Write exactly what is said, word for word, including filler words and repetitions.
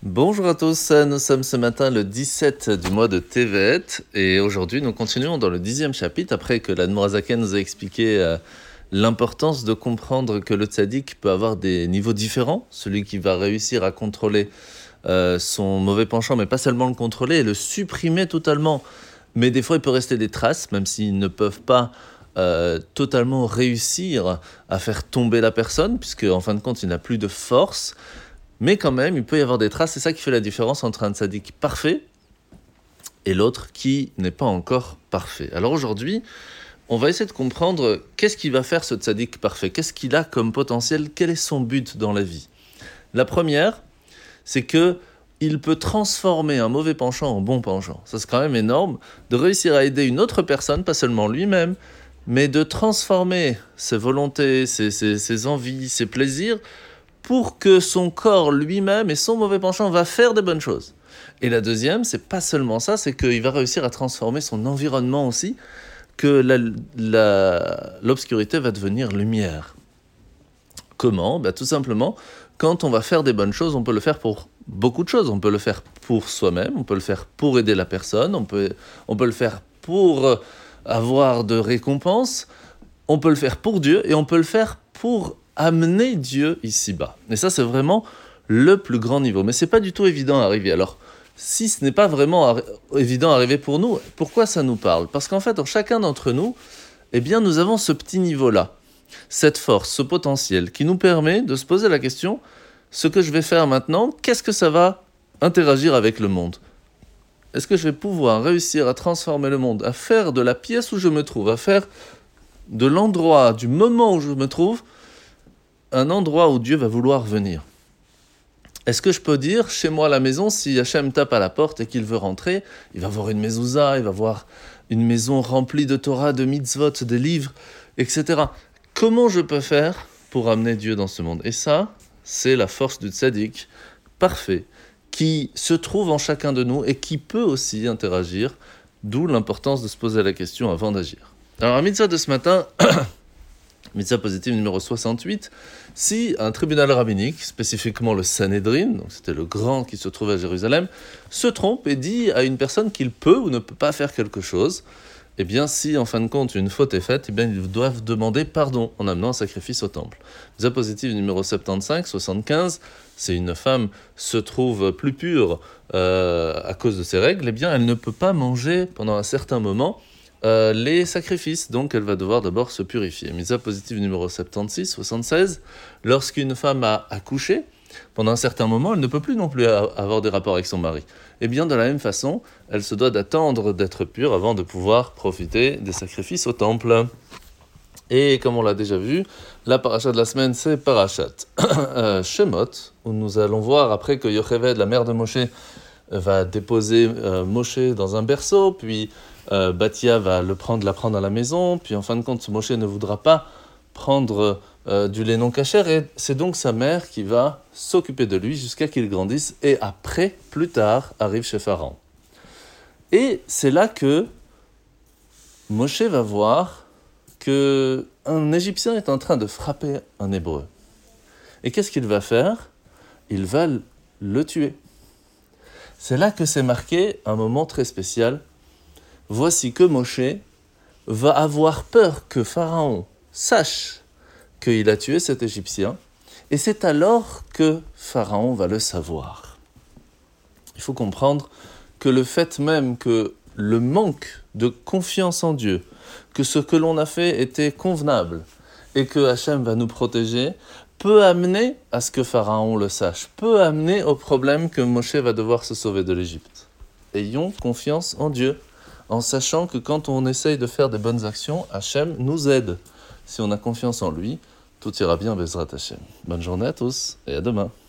Bonjour à tous, nous sommes ce matin le dix-sept du mois de Tevet et aujourd'hui nous continuons dans le dixième chapitre après que l'Admorazaken nous a expliqué euh, l'importance de comprendre que le tzaddik peut avoir des niveaux différents, celui qui va réussir à contrôler euh, son mauvais penchant mais pas seulement le contrôler et le supprimer totalement, mais des fois il peut rester des traces même s'ils ne peuvent pas euh, totalement réussir à faire tomber la personne puisque en fin de compte il n'a plus de force. Mais quand même, il peut y avoir des traces, c'est ça qui fait la différence entre un tzaddik parfait et l'autre qui n'est pas encore parfait. Alors aujourd'hui, on va essayer de comprendre qu'est-ce qu'il va faire ce tzaddik parfait, qu'est-ce qu'il a comme potentiel, quel est son but dans la vie. La première, c'est que il peut transformer un mauvais penchant en bon penchant. Ça c'est quand même énorme, de réussir à aider une autre personne, pas seulement lui-même, mais de transformer ses volontés, ses, ses, ses envies, ses plaisirs, pour que son corps lui-même et son mauvais penchant va faire des bonnes choses. Et la deuxième, c'est pas seulement ça, c'est qu'il va réussir à transformer son environnement aussi, que la, la, l'obscurité va devenir lumière. Comment ? Ben, tout simplement, quand on va faire des bonnes choses, on peut le faire pour beaucoup de choses. On peut le faire pour soi-même, on peut le faire pour aider la personne, on peut, on peut le faire pour avoir de récompenses, on peut le faire pour Dieu et on peut le faire pour amener Dieu ici-bas. Et ça, c'est vraiment le plus grand niveau. Mais ce n'est pas du tout évident à arriver. Alors, si ce n'est pas vraiment ar- évident à arriver pour nous, pourquoi ça nous parle ? Parce qu'en fait, en chacun d'entre nous, eh bien, nous avons ce petit niveau-là, cette force, ce potentiel qui nous permet de se poser la question, ce que je vais faire maintenant, qu'est-ce que ça va interagir avec le monde ? Est-ce que je vais pouvoir réussir à transformer le monde, à faire de la pièce où je me trouve, à faire de l'endroit, du moment où je me trouve, un endroit où Dieu va vouloir venir. Est-ce que je peux dire, chez moi à la maison, si Hachem tape à la porte et qu'il veut rentrer, il va voir une mezouza, il va voir une maison remplie de Torah, de mitzvot, de livres, et cetera. Comment je peux faire pour amener Dieu dans ce monde ? Et ça, c'est la force du tzaddik parfait, qui se trouve en chacun de nous et qui peut aussi interagir, d'où l'importance de se poser la question avant d'agir. Alors, la mitzvah de ce matin... Mitzvah positive numéro soixante-huit, si un tribunal rabbinique, spécifiquement le Sanhédrin, donc c'était le grand qui se trouvait à Jérusalem, se trompe et dit à une personne qu'il peut ou ne peut pas faire quelque chose, eh bien si en fin de compte une faute est faite, eh bien ils doivent demander pardon en amenant un sacrifice au temple. Mitzvah positive numéro soixante-quinze, soixante-quinze, c'est une femme se trouve plus pure euh, à cause de ses règles, eh bien elle ne peut pas manger pendant un certain moment Euh, les sacrifices, donc elle va devoir d'abord se purifier. Mitzvah positive numéro soixante-seize, soixante-seize, lorsqu'une femme a accouché, pendant un certain moment, elle ne peut plus non plus avoir des rapports avec son mari. Et bien de la même façon, elle se doit d'attendre d'être pure avant de pouvoir profiter des sacrifices au temple. Et comme on l'a déjà vu, la paracha de la semaine, c'est parachat euh, Shemot, où nous allons voir après que Yocheved, la mère de Moshe, va déposer euh, Moshe dans un berceau, puis euh, Bathia va le prendre, la prendre à la maison, puis en fin de compte, Moshe ne voudra pas prendre euh, du lait non cachère, et c'est donc sa mère qui va s'occuper de lui jusqu'à qu'il grandisse, et après, plus tard, arrive chez Pharaon. Et c'est là que Moshe va voir qu'un Égyptien est en train de frapper un Hébreu. Et qu'est-ce qu'il va faire ? Il va le tuer. C'est là que c'est marqué un moment très spécial. Voici que Moshe va avoir peur que Pharaon sache qu'il a tué cet Égyptien, et c'est alors que Pharaon va le savoir. Il faut comprendre que le fait même que le manque de confiance en Dieu, que ce que l'on a fait était convenable, et que Hachem va nous protéger, peut amener à ce que Pharaon le sache, peut amener au problème que Moshe va devoir se sauver de l'Égypte. Ayons confiance en Dieu, en sachant que quand on essaye de faire des bonnes actions, Hachem nous aide. Si on a confiance en lui, tout ira bien, Bezrat Hachem. Bonne journée à tous et à demain.